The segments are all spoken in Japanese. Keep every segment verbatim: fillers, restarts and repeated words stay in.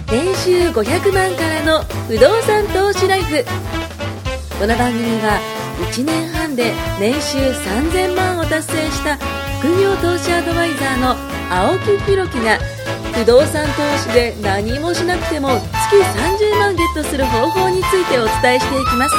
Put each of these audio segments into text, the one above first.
年収ごひゃくまんからの不動産投資ライフ。この番組はいちねんはんで年収さんぜんまんを達成した副業投資アドバイザーの青木弘樹が不動産投資で何もしなくても月さんじゅうまんゲットする方法についてお伝えしていきます。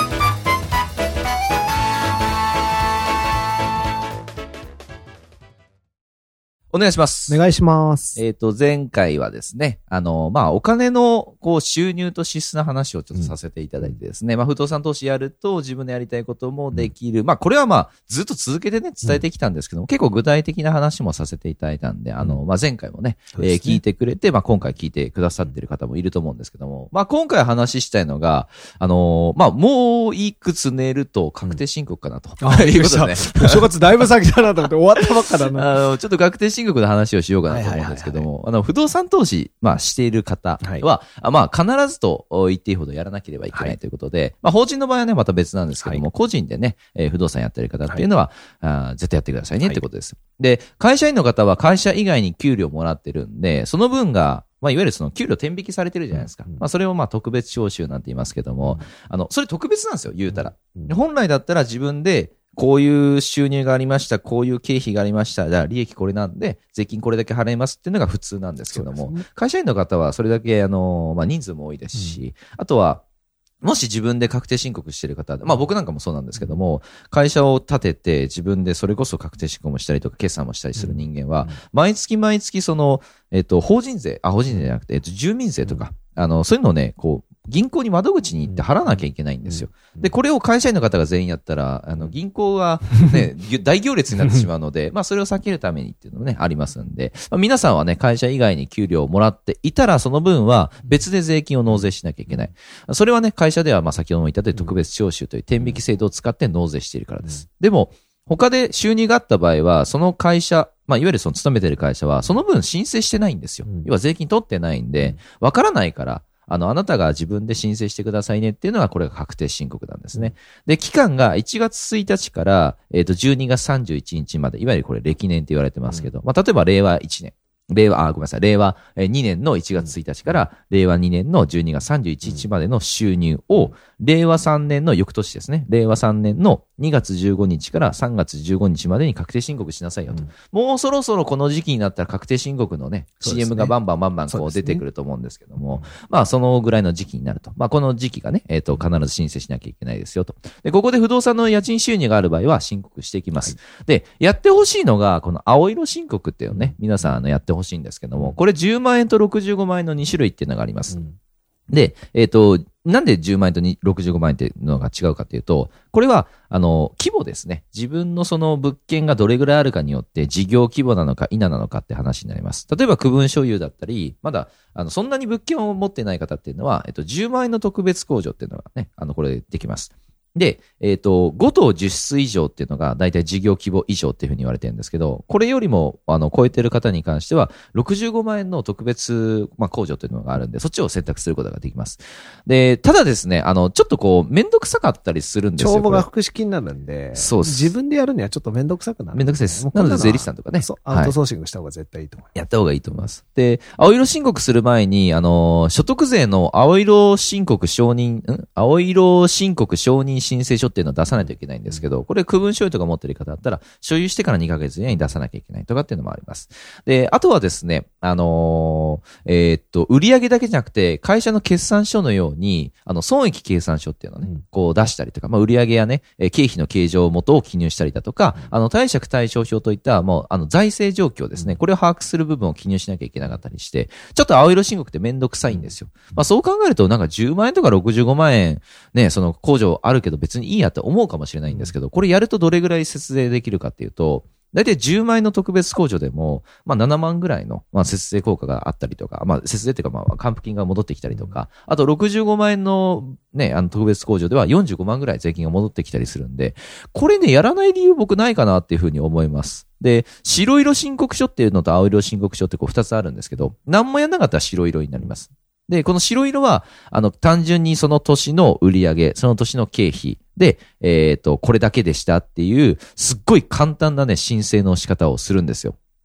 お願いします。 お願いします。 えっと、前回はですね、あの、まあ、お金の、こう、収入と支出の話をちょっとさせていただいてですね、うん、まあ、不動産投資やると自分でやりたいこともできる。うん、まあ、これはまあ、ずっと続けてね、伝えてきたんですけども、うん、結構具体的な話もさせていただいたんで、あの、まあ、前回もね、うん、えー、聞いてくれて、まあ、今回聞いてくださってる方もいると思うんですけども、まあ、今回話したいのが、あのー、まあ、もういくつ寝ると確定申告かなと。 うん、あ、いうことでね。お正月だいぶ先だなと思って終わったばっかだな。 あの、ちょっと確定申告の話をしようかなと思うんですけども、あの、不動産投資、まあ、している方は、はい、まあ、必ずと言っていいほどやらなければいけないということで、はい、まあ、法人の場合はね、また別なんですけども、はい、個人でね、えー、不動産やってる方っていうのは、はい、あ絶対やってくださいねってことです。はい、で、会社員の方は会社以外に給料もらってるんで、その分が、まあ、いわゆるその給料天引きされてるじゃないですか。うん、まあ、それをまあ特別徴収なんて言いますけども、うん、あの、それ特別なんですよ、言うたら。うん、本来だったら自分で、こういう収入がありました、こういう経費がありました、じゃあ利益これなんで、税金これだけ払いますっていうのが普通なんですけども、ね、会社員の方はそれだけ、あの、まあ、人数も多いですし、うん、あとは、もし自分で確定申告してる方、まあ僕なんかもそうなんですけども、会社を立てて自分でそれこそ確定申告もしたりとか決算もしたりする人間は、毎月毎月その、えっと、法人税、あ、法人税じゃなくて、えっと、住民税とか、あの、そういうのをね、こう、銀行に窓口に行って払わなきゃいけないんですよ。で、これを会社員の方が全員やったら、あの、銀行がね、大行列になってしまうので、まあ、それを避けるためにっていうのもね、ありますんで、まあ、皆さんはね、会社以外に給料をもらっていたら、その分は別で税金を納税しなきゃいけない。それはね、会社では、まあ、先ほども言ったとおり特別徴収という天引き制度を使って納税しているからです。でも、他で収入があった場合は、その会社、まあ、いわゆるその勤めてる会社は、その分申請してないんですよ。要は税金取ってないんで、わからないから、あの、あなたが自分で申請してくださいねっていうのが、これが確定申告なんですね。で、期間がいちがつついたちから、えっと、じゅうにがつさんじゅういちにちまで、いわゆるこれ歴年って言われてますけど、まあ、例えば令和いちねん。令和、あ、ごめんなさい。令和にねんのいちがつついたちから、令和にねんのじゅうにがつさんじゅういちにちまでの収入を、令和さんねんの翌年ですね。令和さんねんのにがつじゅうごにちからさんがつじゅうごにちまでに確定申告しなさいよと。うん、もうそろそろこの時期になったら確定申告のね、シーエム がバンバンバンバンこう出てくると思うんですけども、ね、まあそのぐらいの時期になると。まあこの時期がね、えっと、必ず申請しなきゃいけないですよと。で、ここで不動産の家賃収入がある場合は申告していきます。はい、で、やってほしいのが、この青色申告っていうのをね、皆さんあのやってほしいんですけども、これじゅうまんえんとろくじゅうごまんえんのにしゅるいっていうのがあります。うん、で、えっと、なんでじゅうまんえんとろくじゅうごまんえんっていうのが違うかというと、これは、あの、規模ですね。自分のその物件がどれぐらいあるかによって、事業規模なのか否なのかって話になります。例えば区分所有だったり、まだ、あの、そんなに物件を持ってない方っていうのは、えっと、じゅうまんえんの特別控除っていうのがね、あの、これできます。で、えっと、ご棟じゅっすい以上っていうのが、だいたい事業規模以上っていうふうに言われてるんですけど、これよりも、あの、超えてる方に関しては、ろくじゅうごまんえんの特別、まあ、控除というのがあるんで、そっちを選択することができます。で、ただですね、あの、ちょっとこう、めんどくさかったりするんですよ。 帳簿が複式になるんで、 そうです。 自分でやるにはちょっとめんどくさくなる。 めんどくさいです。なので、税理士さんとかね。 そう、アウトソーシングした方が絶対いいと思います。 やった方がいいと思います。で、青色申告する前に、あの、所得税の青色申告承認、ん青色申告承認申請書っていうのを出さないといけないんですけど、これ区分所有とか持ってる方だったら、所有してからにかげつ以内に出さなきゃいけないとかっていうのもあります。で、あとはですね、あのー、えー、っと、売上だけじゃなくて、会社の決算書のように、あの、損益計算書っていうのをね、うん、こう出したりとか、まあ、売上やね、経費の計上元を記入したりだとか、あの、貸借対照表といった、もう、あの、財政状況ですね、これを把握する部分を記入しなきゃいけなかったりして、ちょっと青色申告ってめんどくさいんですよ。まあ、そう考えると、なんかじゅうまんえんとかろくじゅうごまんえん、ね、その控除あるけど別にいいやって思うかもしれないんですけど、これやるとどれぐらい節税できるかっていうと、だいたいじゅうまんえんの特別控除でも、まあななまんぐらいの、まあ節税効果があったりとか、まあ節税っていうかまあ還付金が戻ってきたりとか、あとろくじゅうごまんえんのね、あの特別控除ではよんじゅうごまんぐらい税金が戻ってきたりするんで、これね、やらない理由僕ないかなっていうふうに思います。で、白色申告書っていうのと青色申告書ってこう二つあるんですけど、何もやんなかったら白色になります。で、この白色は、あの、単純にその年の売上、その年の経費で、えっと、これだけでしたっていう、すっごい簡単なね、申請の仕方をするんですよ。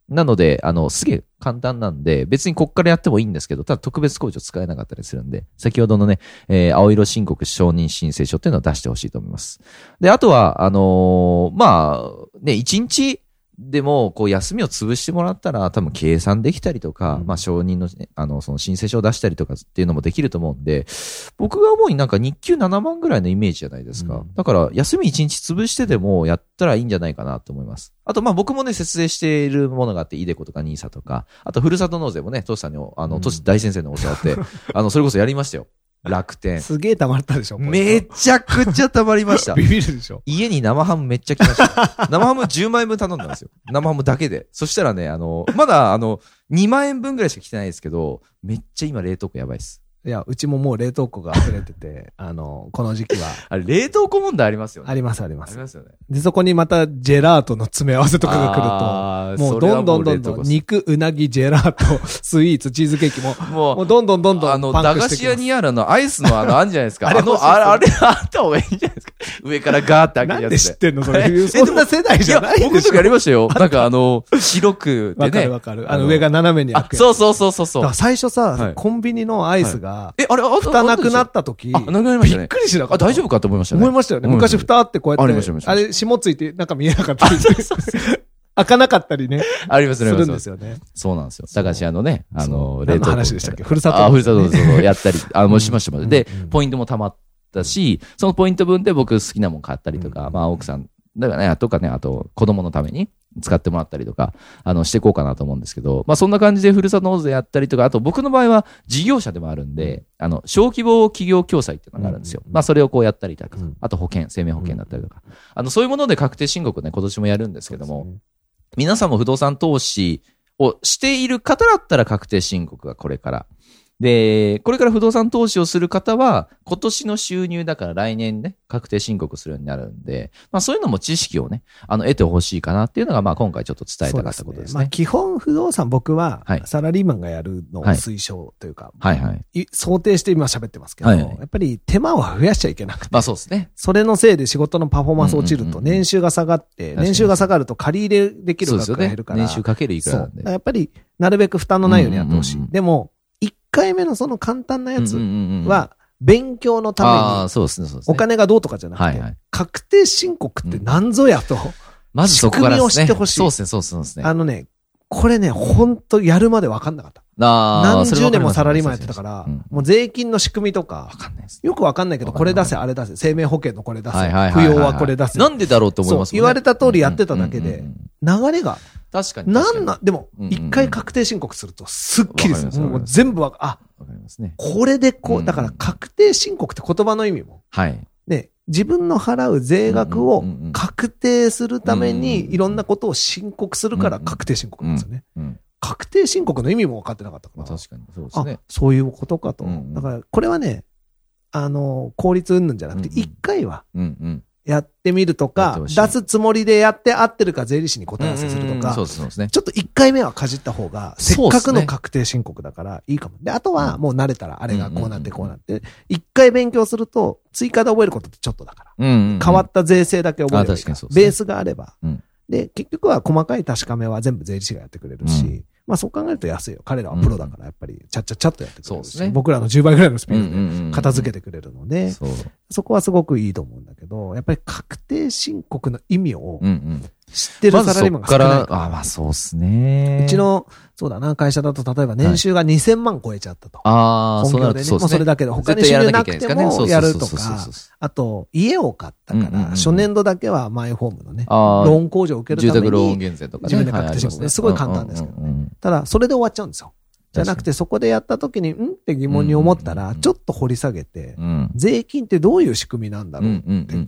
なので、あの、すげえ簡単なんで、別にこっからやってもいいんですけど、ただ特別控除使えなかったりするんで、先ほどのね、えー、青色申告承認申請書っていうのを出してほしいと思います。で、あとは、あのー、まあ、ね、一日でも、こう、休みを潰してもらったら、多分計算できたりとか、うん、まあ、承認の、ね、あの、その申請書を出したりとかっていうのもできると思うんで、僕が思うになんか日給ななまんぐらいのイメージじゃないですか。うん、だから、休みいちにち潰してでもやったらいいんじゃないかなと思います。あと、まあ、僕もね、節税しているものがあって、イデコとかニーサとか、あと、ふるさと納税もね、トシさんに、あの、トシ大先生のお世話って、あの、それこそやりましたよ。楽天。 すげえ溜まったでしょめちゃくちゃ溜まりました。 ビビるでしょ家に生ハムめっちゃ来ました。生ハムじゅうまんえんぶん頼んだんですよ。生ハムだけで。そしたらね、あの、まだあの、にまんえんぶんぐらいしか来てないですけど、めっちゃ今冷凍庫やばいです。 いや、うちももう冷凍庫が溢れてて、あの、この時期は。 あれ、冷凍庫問題ありますよね。 ありますあります。 ありますよね。 で、そこにまたジェラートの詰め合わせとかが来ると、もうどんどんどんどん肉、うなぎ、ジェラート、スイーツ、チーズケーキも、もう、もうどんどんどんどんあの、駄菓子屋にあるの、アイスのあの、あんじゃないですか。あの、あれ、あれ、あった方がいいんじゃないですか。上からガーって開けるやつで。 なんで知ってんのそれ。そんな世代じゃないでしょ。 僕の時やりましたよ。なんかあの、白くてね。 わかるわかる。あの、上が斜めに開く。 そうそうそうそうそう。 だから最初さ、コンビニのアイスが、 え、あれ、あ蓋なくなった時、 あ、なくなりましたね。 びっくりしなかった。 あ、大丈夫かと思いましたね。 思いましたよね。昔蓋あってこうやって、ありました、あれ、霜ついてなんか見えなかったり開かなかったりね。 ありますね。 するんですよね。 そうなんですよ。駄菓子屋のね、あの、 冷凍庫。話でしたっけふるさと。 あ、ふるさとのやったり、あ、もうしましたもん。で、ポイントも溜まったし、そのポイント分で僕好きなもん買ったりとか、まあ奥さん、だからね、とかね、あと子供のために使ってもらったりとか、あの、していこうかなと思うんですけど、まあそんな感じでふるさと納税やったりとか、あと僕の場合は事業者でもあるんで、あの、小規模企業共済っていうのがあるんですよ。まあそれをこうやったりとか、あと保険、生命保険だったりとか、あの、そういうもので確定申告ね、今年もやるんですけども、皆さんも不動産投資をしている方だったら確定申告がこれから。で、これから不動産投資をする方は、今年の収入だから来年ね、確定申告するようになるんで、まあそういうのも知識をね、あの、得てほしいかなっていうのが、まあ今回ちょっと伝えたかったことですね。 まあ基本不動産僕は、サラリーマンがやるのを推奨というか、 はいはい。 想定して今喋ってますけど、やっぱり手間を増やしちゃいけなくて。 まあそうですね。 それのせいで仕事のパフォーマンス落ちると、年収が下がって、年収が下がると借り入れできる額が減るから。 年収かけるいくらなんで。 やっぱり、なるべく負担のないようにやってほしい。でも、いっかいめのその簡単なやつは、勉強のために、お金がどうとかじゃなくて、確定申告って何ぞやと、 まずそこから仕組みを知ってほしい。 そうですね、そうですね。 あのね、これね、ほんとやるまで分かんなかった。何十年もサラリーマンやってたから、もう税金の仕組みとか、よく分かんないけど、これ出せ、あれ出せ、生命保険のこれ出せ、扶養はこれ出せ。 なんでだろうと思います言われた通りやってただけで、流れが、 確かに。 なんな、でも、一回確定申告すると、すっきりする。もう全部わか、あ、 わかりますね。 これでこう、だから確定申告って言葉の意味も。 はい。 ね、自分の払う税額を確定するために、いろんなことを申告するから確定申告なんですよね。確定申告の意味も分かってなかったから。 確かに。そうですね。 そういうことかと。だから、これはね、あの、効率云々じゃなくて、一回は、やってみるとか、出すつもりでやって合ってるか税理士に答え合わせするとか、ちょっと一回目はかじった方が、せっかくの確定申告だからいいかも。で、あとはもう慣れたらあれがこうなってこうなって、一回勉強すると、追加で覚えることってちょっとだから、変わった税制だけ覚えればいいから、ベースがあれば、で、結局は細かい確かめは全部税理士がやってくれるし、まあそう考えると安いよ。彼らはプロだからやっぱりちゃっちゃちゃっとやってくれるし、僕らのじゅうばいぐらいのスピードで片付けてくれるので、そこはすごくいいと思うんだけど、やっぱり確定申告の意味を知ってるサラリーマンが少ないから。 まずそっから、あ、まあそうですね。 うちの、そうだな、会社だと例えば年収がにせんまん超えちゃったと。 ああ、そうなるとそうですね。 もうそれだけで他に収入なくてもやるとか、あと家を買ったから、初年度だけはマイホームのね、ローン控除を受けるために、 住宅ローン減税とか自分で確定申告ね、すごい簡単ですけどね。ただ、それで終わっちゃうんですよ。じゃなくて、そこでやった時に、んって疑問に思ったら、ちょっと掘り下げて、税金ってどういう仕組みなんだろうって、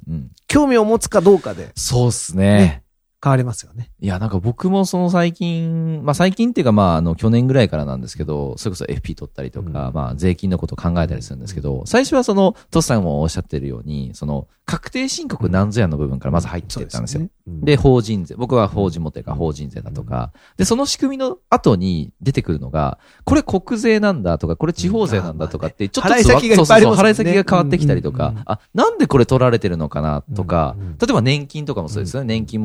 興味を持つかどうかで。 そうっすね。 変わりますよね。 いや、なんか僕もその最近、まあ最近っていうかまああの去年ぐらいからなんですけど、それこそ エフピー 取ったりとか、うん、まあ税金のことを考えたりするんですけど、最初はその、トスさんもおっしゃってるように、その、確定申告なんぞやの部分からまず入っていったんですよ。うん で, すねうん、で、法人税。僕は法人持ってるから法人税だとか、うん、で、その仕組みの後に出てくるのが、これ国税なんだとか、これ地方税なんだとかって、ちょっと、 払い先がいっぱいありますね。そうそうそう、 払い先が変わってきたりとか、うんうんうん、あ、なんでこれ取られてるのかなとか、うんうんうん、例えば年金とかもそうですよね。年金もにかい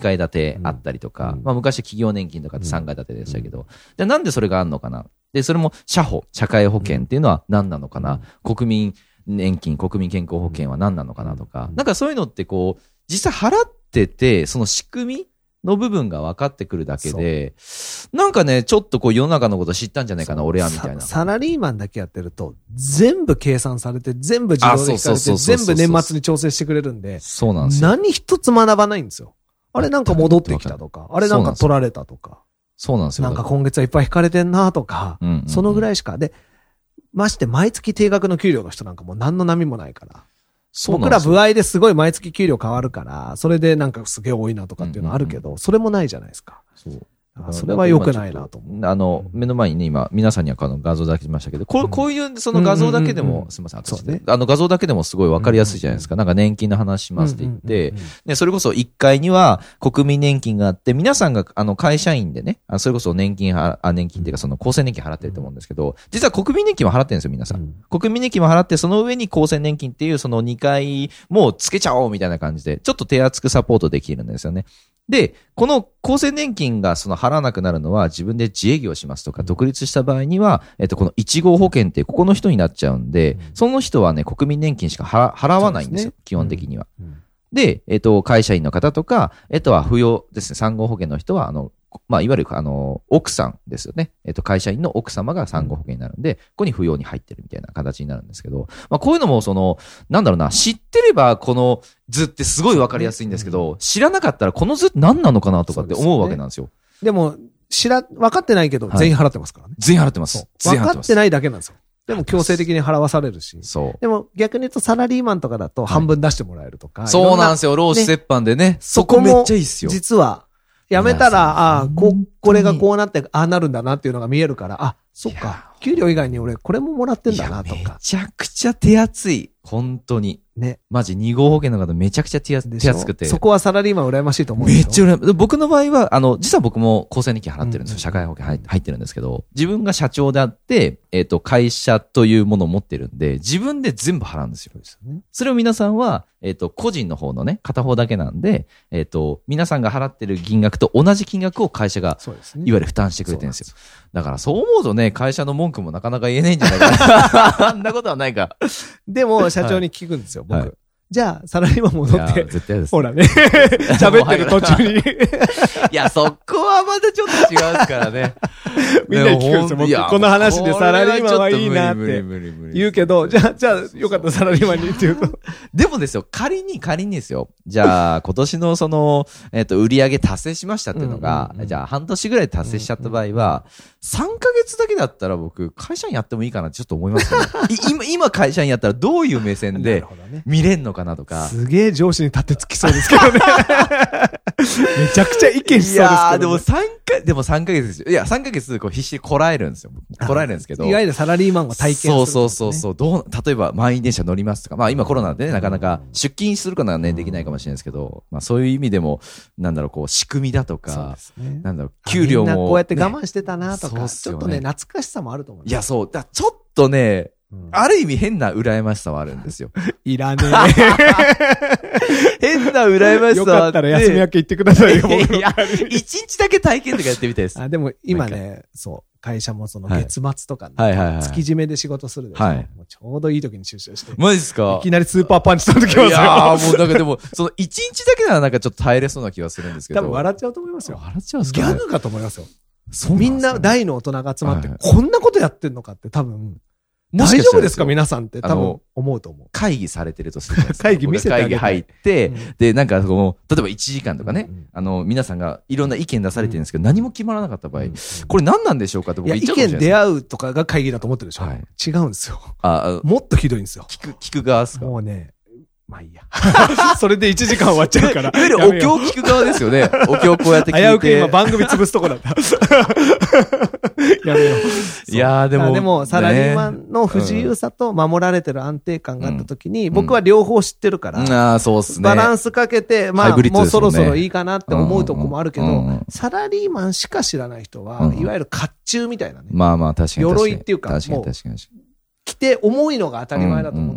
階建てあったりとか、うん、まあ昔企業年金とかってさんかい建てでしたけど、うん、じゃあなんでそれがあるのかな。で、それも社保、社会保険っていうのは何なのかな。うん、国民年金、国民健康保険は何なのかなとか、うん、なんかそういうのってこう、実際払ってて、その仕組みの部分が分かってくるだけで、なんかね、ちょっとこう世の中のこと知ったんじゃないかな、俺はみたいな。 サラリーマンだけやってると、全部計算されて、全部自動で引かれて、全部年末に調整してくれるんで、 そうなんですよ。 何一つ学ばないんですよ。あれなんか戻ってきたとか、あれなんか取られたとか。 そうなんですよ。 なんか今月はいっぱい引かれてんなとか、うんうんうん、そのぐらいしか。で、まして毎月定額の給料の人なんかもう何の波もないから。僕ら歩合ですごい毎月給料変わるから、それでなんかすげえ多いなとかっていうのあるけど、うんうんうん、それもないじゃないですか。そう。それは良くないなと思う。 あの、目の前にね、今、皆さんにはあの画像だけ来ましたけど、こう、こういう、その画像だけでも、すみません、そうね。あの画像だけでもすごいわかりやすいじゃないですか。なんか年金の話しますって言って、ね、それこそいっかいには国民年金があって、皆さんが、あの、会社員でね、それこそ年金は、あ、年金っていうかその厚生年金払ってると思うんですけど、実は国民年金も払ってるんですよ、皆さん。国民年金も払って、その上に厚生年金っていうそのにかいもつけちゃおうみたいな感じで、ちょっと手厚くサポートできるんですよね。で、この厚生年金がその払わなくなるのは自分で自営業しますとか独立した場合には、えっと、このいち号保険ってここの人になっちゃうんで、うん、その人はね、国民年金しか払わないんですよ、基本的には。うんうん、で、えっと、会社員の方とか、えっとは扶養ですね、さん号保険の人は、あの、まあ、いわゆる、あの、奥さんですよね。えっと、会社員の奥様がさん号保険になるんで、ここに扶養に入ってるみたいな形になるんですけど、まあ、こういうのも、その、なんだろうな、知ってれば、この図ってすごいわかりやすいんですけど、知らなかったら、この図って何なのかなとかって思うわけなんですよ。 でも、知ら、分かってないけど、全員払ってますからね。 全員払ってます。 分かってないだけなんですよ。でも強制的に払わされるし。そう。でも逆に言うとサラリーマンとかだと半分出してもらえるとか。はい、 そうなんですよ。労使折半でね。そこめっちゃいいっすよ。 実は、やめたら、ああ、こ、これがこうなって、ああなるんだなっていうのが見えるから、あ、そっか。給料以外に俺これももらってんだなとか。めちゃくちゃ手厚い。本当に。ね。マジに号保険の方めちゃくちゃ手厚手厚くて。 そこはサラリーマン羨ましいと思うんですよ。 めっちゃ羨ましい。僕の場合は、あの、実は僕も厚生年金払ってるんですよ。うん、社会保険入ってるんですけど、自分が社長であって、えっと、会社というものを持ってるんで、自分で全部払うんですよ。そうですよね。それを皆さんは、えっと、個人の方のね、片方だけなんで、えっと、皆さんが払ってる金額と同じ金額を会社が、そうですね、いわゆる負担してくれてるんですよ。だからそう思うとね、会社の文句もなかなか言えないんじゃないかな。あんなことはないか。 でも、社長に聞くんですよ、はい、僕。はい、じゃあ、サラリーマン戻って。 絶対です。 ほらね。喋ってる途中に。 いや、そこはまたちょっと違うからね。 みんなに聞くんですよ。僕、この話でサラリーマンはいいなって言うけど、じゃあ、じゃあ、よかったサラリーマンにって言うと。 でもですよ、仮に仮にですよ。じゃあ、今年のその、えっと、売り上げ達成しましたっていうのが、じゃあ、半年ぐらい達成しちゃった場合は、さんかげつだけだったら僕、会社員やってもいいかなってちょっと思いますね。今、今会社員やったらどういう目線で見れんのかなとか。 すげえ上司に立てつきそうですけどね。めちゃくちゃ意見しそうですけど、ね。いやー、 でもさんか、でもさんかげつですよ。いや、さんかげつこう必死にこらえるんですよ。こらえるんですけど。 いわゆるサラリーマンが体験する、ね。 そうそうそうそう。どう、例えば満員電車乗りますとか。まあ今コロナでね、なかなか出勤することはね、できないかもしれないですけど、まあそういう意味でも、なんだろう、こう、仕組みだとか、ね、なんだろう、給料も、ね。みんなこうやって我慢してたなとか、ね、ちょっとね、懐かしさもあると思う。 いや、そう。だちょっとね、うん、ある意味変な羨ましさはあるんですよ。 いらねえ。 変な羨ましさはあって。よかったら休み明け行ってくださいよ、僕の。 いや、一日だけ体験とかやってみたいです。 あ、でも今ね、そう、会社もその月末とか、ね、はいはいはいはい、月締めで仕事するでしょ、はい、もうちょうどいい時に出社して。 マジですか？ いきなりスーパーパンチ取ってきますよ。いやーもうなんかでも、その一日だけならなんかちょっと耐えれそうな気がするんですけど。 多分笑っちゃうと思いますよ。 笑っちゃうんですか、ね、ギャグかと思いますよ。そうみんな大の大人が集まって、はい、こんなことやってんのかって多分、大丈夫ですか皆さんって多分思うと思う。 会議されてるとするじゃないですか。 会議見せてあげて。 会議入って、うん、で、なんかその、例えばいちじかんとかね、うんうん、あの、皆さんがいろんな意見出されてるんですけど、うん、何も決まらなかった場合、うん、これ何なんでしょうかって僕言っちゃうかもしれない。 意見出会うとかが会議だと思ってるでしょ、はい、違うんですよ。あもっとひどいんですよ。 聞く、聞く側ですか？ もうね、まあいいや。それでいちじかん終わっちゃうから。 いわゆるお経聞く側ですよね。お経こうやって聞いて。 危うく今番組潰すとこだった。やめよう。 いやーでも。 でも、サラリーマンの不自由さと守られてる安定感があったときに、僕は両方知ってるから、うんあそうっすね、バランスかけて、まあ、ね、もうそろそろいいかなって思うとこもあるけど、うんうん、サラリーマンしか知らない人は、うん、いわゆる甲冑みたいなね。 まあまあ確かに。 鎧っていうか、 確かに確かに。 着て重いのが当たり前だと思ってるから。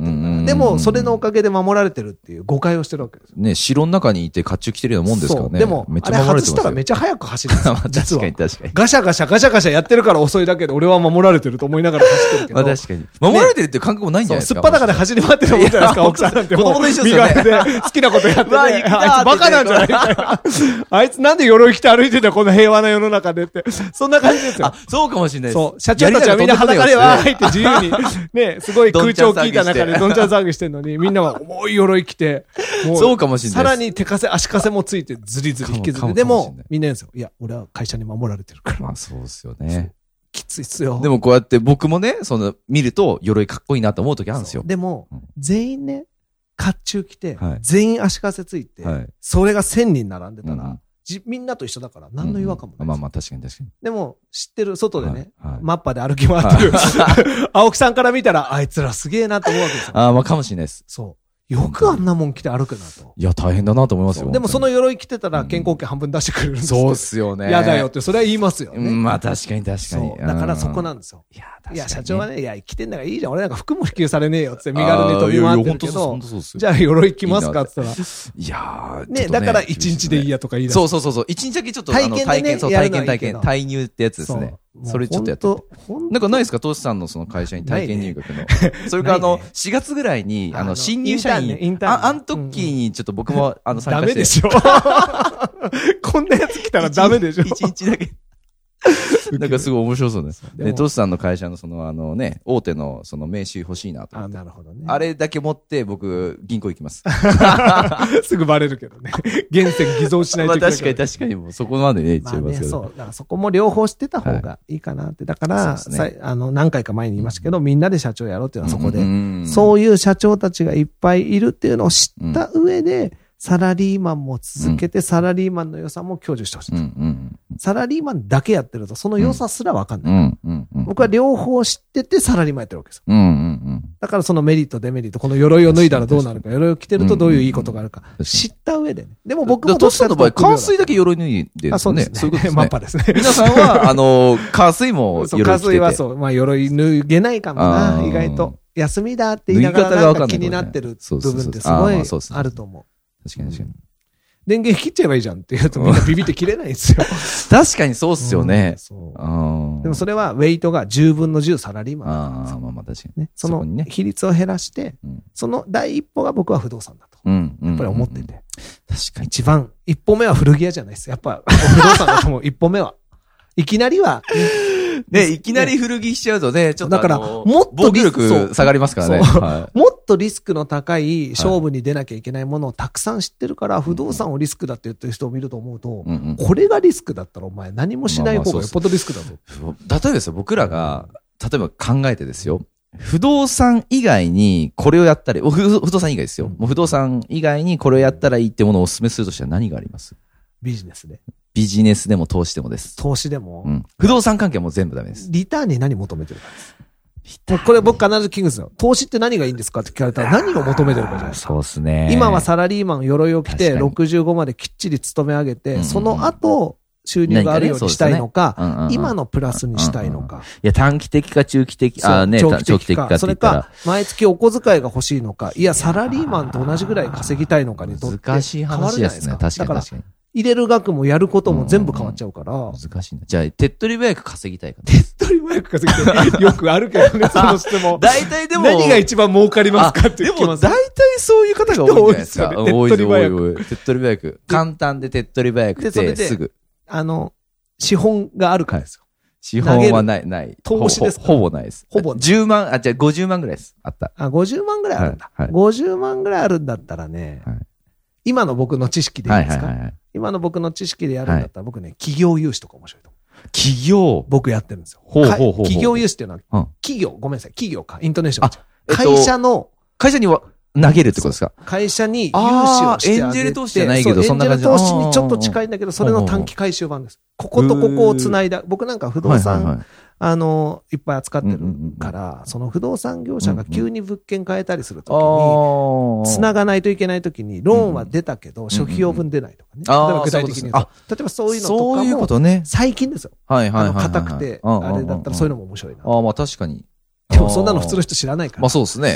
でも、それのおかげで守られてるっていう誤解をしてるわけですよ。 ね、城の中にいて甲冑着てるようなもんですからね。 でも、めっちゃ守られてますよ。あれ外したらめっちゃ速く走るんですよ。 確かに確かに。 ガシャガシャガシャガシャやってるから遅いだけで俺は守られてると思いながら走ってるけど。 確かに。守られてるっていう感覚もないんじゃないですか。 すっぱだかで走り回ってるもんじゃないですか、奥さんなんて。 子供と一緒ですよね。 身軽で好きなことやってて。あいつバカなんじゃないみたいな。あいつなんで鎧着て歩いてんだこの平和な世の中でって。そんな感じですよ。 あ、そうかもしれないです。 そう。社長たちはみんな裸でわーいって自由に、ね、すごい空調聞いた中でどんちゃん騒ぎしてんのに、みんなは重い鎧着て、 もう、そうかもしれない。 さらに手かせ、足かせもついてずりずり引きずって。でも、みんな言うんですよ。いや、俺は会社に守られてるから。 まあそうですよね。 きついっすよ。 でもこうやって僕もね、その、見ると鎧かっこいいなと思う時あるんですよ。 でも、全員ね、甲冑着て、全員足かせついて、それが千人並んでたら、みんなと一緒だから何の違和感もない。 まあまあ確かに確かに。 でも、知ってる、外でね、マッパで歩き回ってる、青木さんから見たら、あいつらすげえなと思うわけですよ。 ああ、まあかもしれないです。 そう。よくあんなもん着て歩くなと。 いや、大変だなと思いますよ。 でもその鎧着てたら健康券半分出してくれるんですよ。 そうっすよね。 嫌だよって、それは言いますよね。 まあ確かに確かに。 だからそこなんですよ。いや、確かに。いや、社長はね、いや、着てんだからいいじゃん。俺なんか服も支給されねえよって身軽に飛び回ってるけど、じゃあ鎧着ますかって言ったら。いやー、ね、だから一日でいいやとか言い出す。 そうそうそうそう。一日だけちょっと体験体験、そう体験体験、体入ってやつですね。それちょっとやってて。なんかないですか、トシさんのその会社に体験入学の。それからあの、しがつぐらいに、あの、新入社員、あ、あん時にちょっと僕も、あの、 参加して。ダメでしょ。こんなやつ来たらダメでしょ。 一日だけ。なんかすごい面白そうです。で、トシさんの会社のその、あのね、大手のその名刺欲しいなと。 あ、なるほどね。 あれだけ持って僕、銀行行きます。 すぐバレるけどね。源泉偽造しないといけない。 確かに確かにもうそこまでね、言っちゃいますけど。 そう。だからそこも両方してた方がいいかなって。だから、あの、何回か前に言いましたけど、みんなで社長やろうっていうのはそこで、そういう社長たちがいっぱいいるっていうのを知った上で、サラリーマンも続けて、サラリーマンの良さも享受してほしい、うんうん。サラリーマンだけやってると、その良さすらわかんない、うんうんうん。僕は両方知っててサラリーマンやってるわけですよ。うんうんうん、だからそのメリット、デメリット、この鎧を脱いだらどうなるか、鎧を着てるとどういういいことがあるか、知った上でね。でも僕もどっちかというと、冠水だけ鎧脱いでるんですね。あ、そうですね。そういうことですね。 マッパですね。 皆さんは、あの、冠水も鎧着てて。 冠水はそう。まあ鎧脱げないかもな、意外と。休みだって言いながらなんか気になってる部分ってすごいあると思う。 確かに確かに。 電源切っちゃえばいいじゃんって言うとみんなビビって切れないんですよ。 確かにそうっすよね。 そう。でもそれはウェイトがじゅうぶんのじゅうサラリーマンなんですよ。 ああ、まあまあ確かに。ね。その比率を減らして、その第一歩が僕は不動産だと。やっぱり思ってて。 確かに。 一番、一歩目は古着屋じゃないです。やっぱ不動産だと思う。一歩目は。いきなりは、 ね、いきなり古着しちゃうとね、ちょっとだから、もっと防御力下がりますからね。 もっとリスクの高い勝負に出なきゃいけないものをたくさん知ってるから、不動産をリスクだって言ってる人を見ると思うと、これがリスクだったらお前何もしない方がよっぽどリスクだぞ。 例えばですよ、僕らが、例えば考えてですよ、不動産以外にこれをやったら、不動産以外ですよ。もう不動産以外にこれをやったらいいってものをお勧めするとしたら何があります？ ビジネスで。 ビジネスでも投資でもです。 投資でも、 うん、不動産関係はもう全部ダメです。 リターンに何求めてるかです。これ僕必ず聞くんですよ。投資って何がいいんですかって聞かれたら何を求めてるかじゃないですか。 そうですね。 今はサラリーマン鎧を着てろくじゅうごまできっちり勤め上げて、うんうん、その後収入があるようにしたいのか、ねうんうんうん、今のプラスにしたいのか。うんうん、いや、短期的か中期的、あね、 長期的か。長期的かそれか、毎月お小遣いが欲しいのか、いや、サラリーマンと同じぐらい稼ぎたいのかにとって変わるじゃないですか。 難しい話ですね。確かに確かに。 入れる額もやることも全部変わっちゃうから。うんうん、 難しいな。じゃあ、手っ取り早く稼ぎたいかな。 手っ取り早く稼ぎたい。よくあるけどね、その質問。 大体でも。 何が一番儲かりますかって聞きます。 でも、大体そういう方が多いんじゃないですか。 手っ取り早く。 手っ取り早く。簡単で手っ取り早くて、すぐ。 あの、資本があるからですよ。 資本はない、ない。 投資ですかほぼないです。 ほぼ。 じゅうまん、あ、じゃあごじゅうまんぐらいです。あった。 あ、ごじゅうまんぐらいあるんだ。はいはい、ごじゅうまんぐらいあるんだったらね、はい、今の僕の知識でいいですか、はいはいはい、今の僕の知識でやるんだったら、僕ね、企業融資とか面白いと思う。 企業僕やってるんですよ。 ほうほうほうほう。 企業融資っていうのは、うん、企業、ごめんなさい、企業か、イントネーション。あ、えっと、会社の、 会社には、投げるってことですか？ 会社に融資をしてあげて。 エンジェル投資じゃないけど、そんな感じ。 エンジェル投資にちょっと近いんだけど、それの短期回収版です。こことここを繋いだ。僕なんか不動産、はいはいはい、あの、いっぱい扱ってるから、うんうんうん、その不動産業者が急に物件変えたりするときに、繋がないといけないときに、ローンは出たけど、初期用分出ないとかね。例えば具体的に言うと。例えばそういうのとかも、 そういうことね。 最近ですよ。 はいはいはい。 硬くて、あれだったらそういうのも面白いな。 ああ、まあ確かに。 でもそんなの普通の人知らないから。 まあそうですね。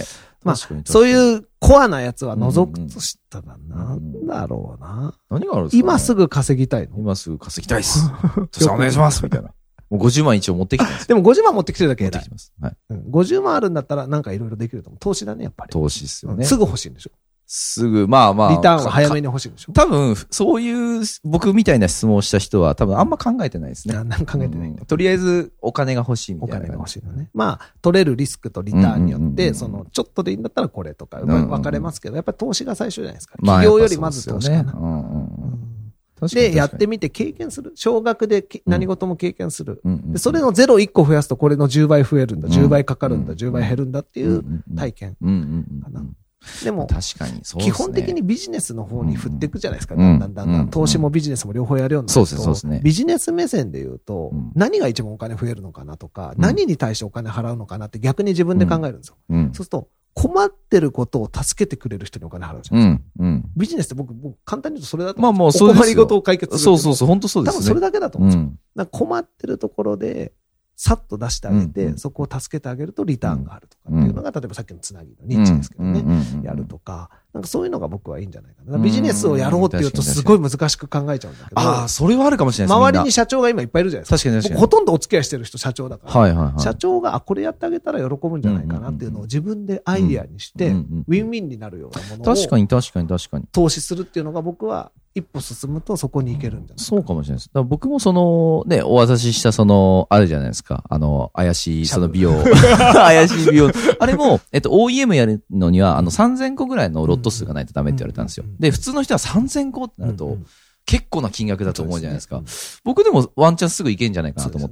まあ、そういうコアなやつは除くとしたらなんだろうな。 何があるんですか？ 今すぐ稼ぎたいの？ 今すぐ稼ぎたいっす。じゃあお願いしますみたいな。もうごじゅうまん一応持ってきてます。 でもごじゅうまん持ってきてるだけ偉い。持ってきてます。 はい。 ごじゅうまんあるんだったらなんかいろいろできると思う。投資だね、やっぱり。 投資っすよね。 すぐ欲しいんでしょ？ すぐ、まあまあ。 リターンは早めに欲しいんでしょ？ 多分、そういう僕みたいな質問をした人は多分あんま考えてないですね。 何も考えてないんだ。 とりあえずお金が欲しいみたいな。 お金が欲しいのね。まあ、取れるリスクとリターンによって、その、ちょっとでいいんだったらこれとか、分かれますけど、やっぱり投資が最初じゃないですか。企業よりまず投資かな。で、やってみて経験する。少額で何事も経験する。で、それのゼロいっこ増やすとこれのじゅうばい増えるんだ。じゅうばいかかるんだ。じゅうばい減るんだっていう体験かな。でも、 確かにそうですね、 基本的にビジネスの方に振っていくじゃないですか。だんだんだんだん。投資もビジネスも両方やるようになると。そうですね。ビジネス目線で言うと、何が一番お金増えるのかなとか、何に対してお金払うのかなって逆に自分で考えるんですよ。そうすると、困ってることを助けてくれる人にお金払うじゃないですか。うんうん、ビジネスって僕、僕簡単に言うとそれだと。 まあもうそうですよ。 お困りごとを解決する。 そうそうそう、本当そうですね。 多分それだけだと思うんですよ。うん、だから困ってるところで、さっと出してあげて、うん、そこを助けてあげるとリターンがあるとかっていうのが、例えばさっきのつなぎのニッチですけどね、やるとか、なんかそういうのが僕はいいんじゃないかな。ビジネスをやろうっていうとすごい難しく考えちゃうんだけど。 ああ、それはあるかもしれないですね。周りに社長が今いっぱいいるじゃないですか。 確かに確かに。 ほとんどお付き合いしてる人社長だから。 はいはいはい。 社長が、あ、これやってあげたら喜ぶんじゃないかなっていうのを自分でアイディアにして、ウィンウィンになるようなものを。 確かに確かに確かに。 投資するっていうのが僕は、一歩進むとそこに行けるんじゃないかな。 そうかもしれないです。だから僕もその、ね、お渡ししたその、あるじゃないですか。あの、怪しい、その美容。怪しい美容。あれも、えっと、オーイーエム やるのには、あの、さんぜんこぐらいのロット数がないとダメって言われたんですよ。で、普通の人はさんぜんこってなると、結構な金額だと思うじゃないですか。僕でもワンチャンすぐいけんじゃないかなと思って、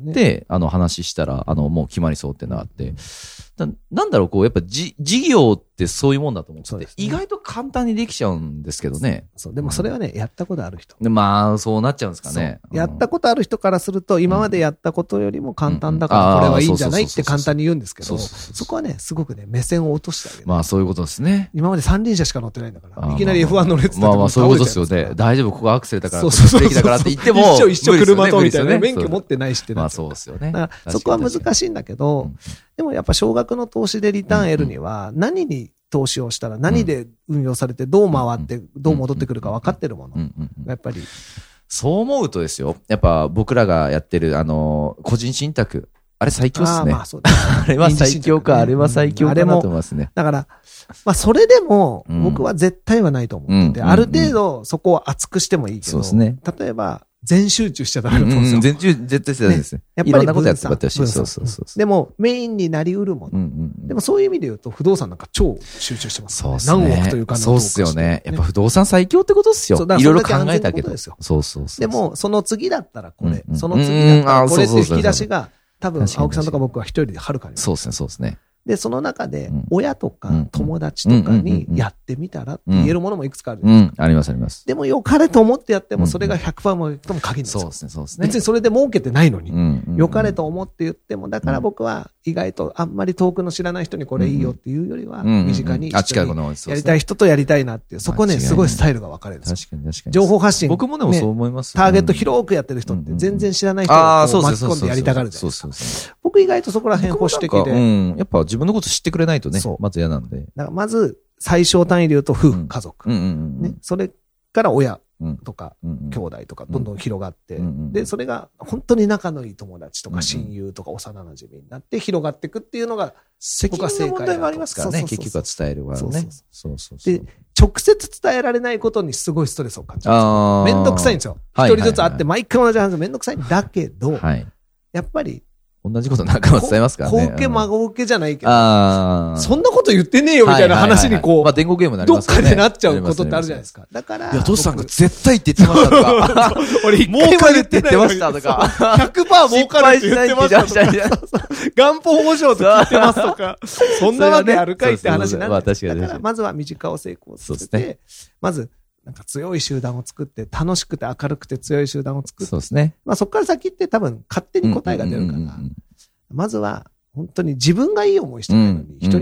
あの、話したら、あの、もう決まりそうってのがあって、なんだろう、こう、やっぱじ、事業ってそういうもんだと思ってて、ね、意外と簡単にできちゃうんですけどね。 そう、でもそれはね、やったことある人。 でまあ、そうなっちゃうんですかね。 やったことある人からすると、今までやったことよりも簡単だからこれはいいんじゃないって簡単に言うんですけど、そこはね、すごくね、目線を落としてあげる。 まあ、そういうことですね。 今まで三輪車しか乗ってないんだから、いきなり エフワン 乗れてたら。 まあまあ、そういうことですよね。大丈夫、ここアクセルだから、そうそうそう。だからって言っても、 一緒一緒車とみたいな、免許持ってないしってな。 まあ、そうですよね。 だからそこは難しいんだけど、でもやっぱ少額の投資でリターン得るには、何に投資をしたら何で運用されてどう回ってどう戻ってくるか分かってるもの。やっぱり。 そう思うとですよ。やっぱ僕らがやってるあの、個人信託。あれ最強っすね。あ, まあそうですねあれは最強か、あれは最強かなと思いますね。 だから、まあそれでも僕は絶対はないと思ってて、ある程度そこを厚くしてもいいけど、例えば、全集中しちゃダメだと思うんですよ。 全集中、絶対しちゃダメですね。やっぱりいろんなことやってもらってほしい。そうそうそう。 でも、メインになり得るもの。でも、そういう意味で言うと、不動産なんか超集中してますね。そう何億というかそうっすよね。やっぱ不動産最強ってことっすよ。いろいろ考えたけど。そうそうそう。 でも、その次だったらこれ。その次だったらこれっていう引き出しが、多分、青木さんとか僕は一人ではるかに。 そうですね、そうですね。 で、その中で、親とか友達とかにやってみたらって言えるものもいくつかあるじゃないですか。 ありますあります。 でも良かれと思ってやっても、それが ひゃくパーセント もいくとも限らない。 そうですね、そうですね。 別にそれで儲けてないのに、良かれと思って言っても、だから僕は意外とあんまり遠くの知らない人にこれいいよっていうよりは、身近にやりたい人とやりたいなっていう、そこね、すごいスタイルが分かれるんですよ。 確かに確かに。 情報発信。 僕もでもそう思います。 ターゲット広くやってる人って全然知らない人を巻き込んでやりたがるじゃないですか。僕意外とそこら辺保守的で。 やっぱ自分のこと知ってくれないとね、まず嫌なんで。 だからまず、最小単位で言うと夫婦、家族。ね。それから親とか、兄弟とか、どんどん広がって、で、それが本当に仲のいい友達とか親友とか幼馴染になって広がっていくっていうのが、 僕は正解の問題もありますからね、結局は伝える側ね。そうそうそう。で、直接伝えられないことにすごいストレスを感じます。めんどくさいんですよ。一人ずつ会って毎回同じ話めんどくさいんだけど、やっぱり、 同じこと仲間伝えますからね。 後家孫受けじゃないけど、そんなこと言ってねえよみたいな話にこう、 まあ伝言ゲームになりますね。 どっかでなっちゃうことってあるじゃないですか。だから。 いや、トシさんが絶対って言ってましたとか。俺一回も言って言ってましたとか。 ひゃくパーセント 儲かるって言ってましたとか。元本保証と聞いてますとか。そんなわけあるかいって話になる。だからまずは身近を成功させて、まず、なんか強い集団を作って、楽しくて明るくて強い集団を作って。 そうですね。 まあそこから先って多分勝手に答えが出るから、まずは本当に自分がいい思いしてないのに、人に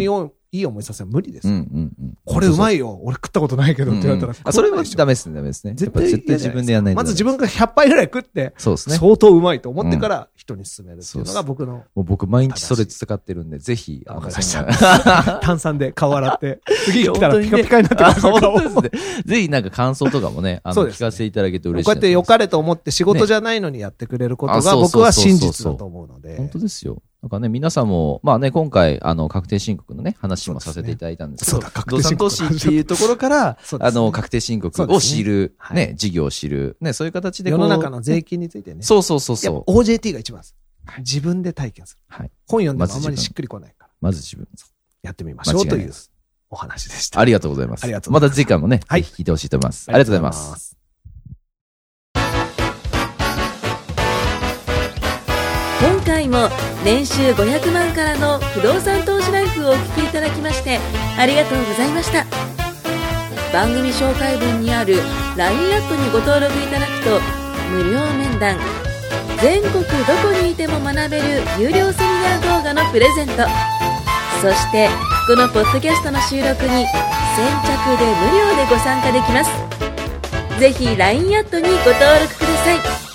いい思いさせるの無理です。うんうんうん、これうまいよ。俺食ったことないけどって言われたら。うんうん、 あ、それはダメですね、ダメですね。絶対絶対自分でやらないと。 まず自分がひゃっぱいぐらい食って、そうですね。相当うまいと思ってから人に勧めるっていうのが僕の。もう僕毎日それ使ってるんで、ぜひ、 わかりました。炭酸で顔洗って、次来たらピカピカになってますから。ぜひなんか感想とかもね、あの、聞かせていただけると嬉しい。 こうやって良かれと思って仕事じゃないのにやってくれることが僕は真実だと思うので。 本当ですよ。なんかね、皆さんも、まあね、今回、あの、確定申告のね、話もさせていただいたんですけど、そうだ、確定申告。不動産投資っていうところから、あの、確定申告を知る、ね、事業を知る、ね、そういう形で世の中の税金についてね。 そうそうそうそう。 オージェーティー が一番です。自分で体験する。はい。本読んでもあんまりしっくりこないから。 まず自分。 やってみましょうというお話でした。 ありがとうございます。 ありがとうございます。 また次回もね、はい。聞いてほしいと思います。ありがとうございます。 今回も年収ごひゃくまんからの不動産投資ライフをお聞きいただきましてありがとうございました。番組紹介文にある ライン アットにご登録いただくと無料面談、全国どこにいても学べる有料セミナー動画のプレゼント、そしてこのポッドキャストの収録に先着で無料でご参加できます。ぜひ ライン アットにご登録ください。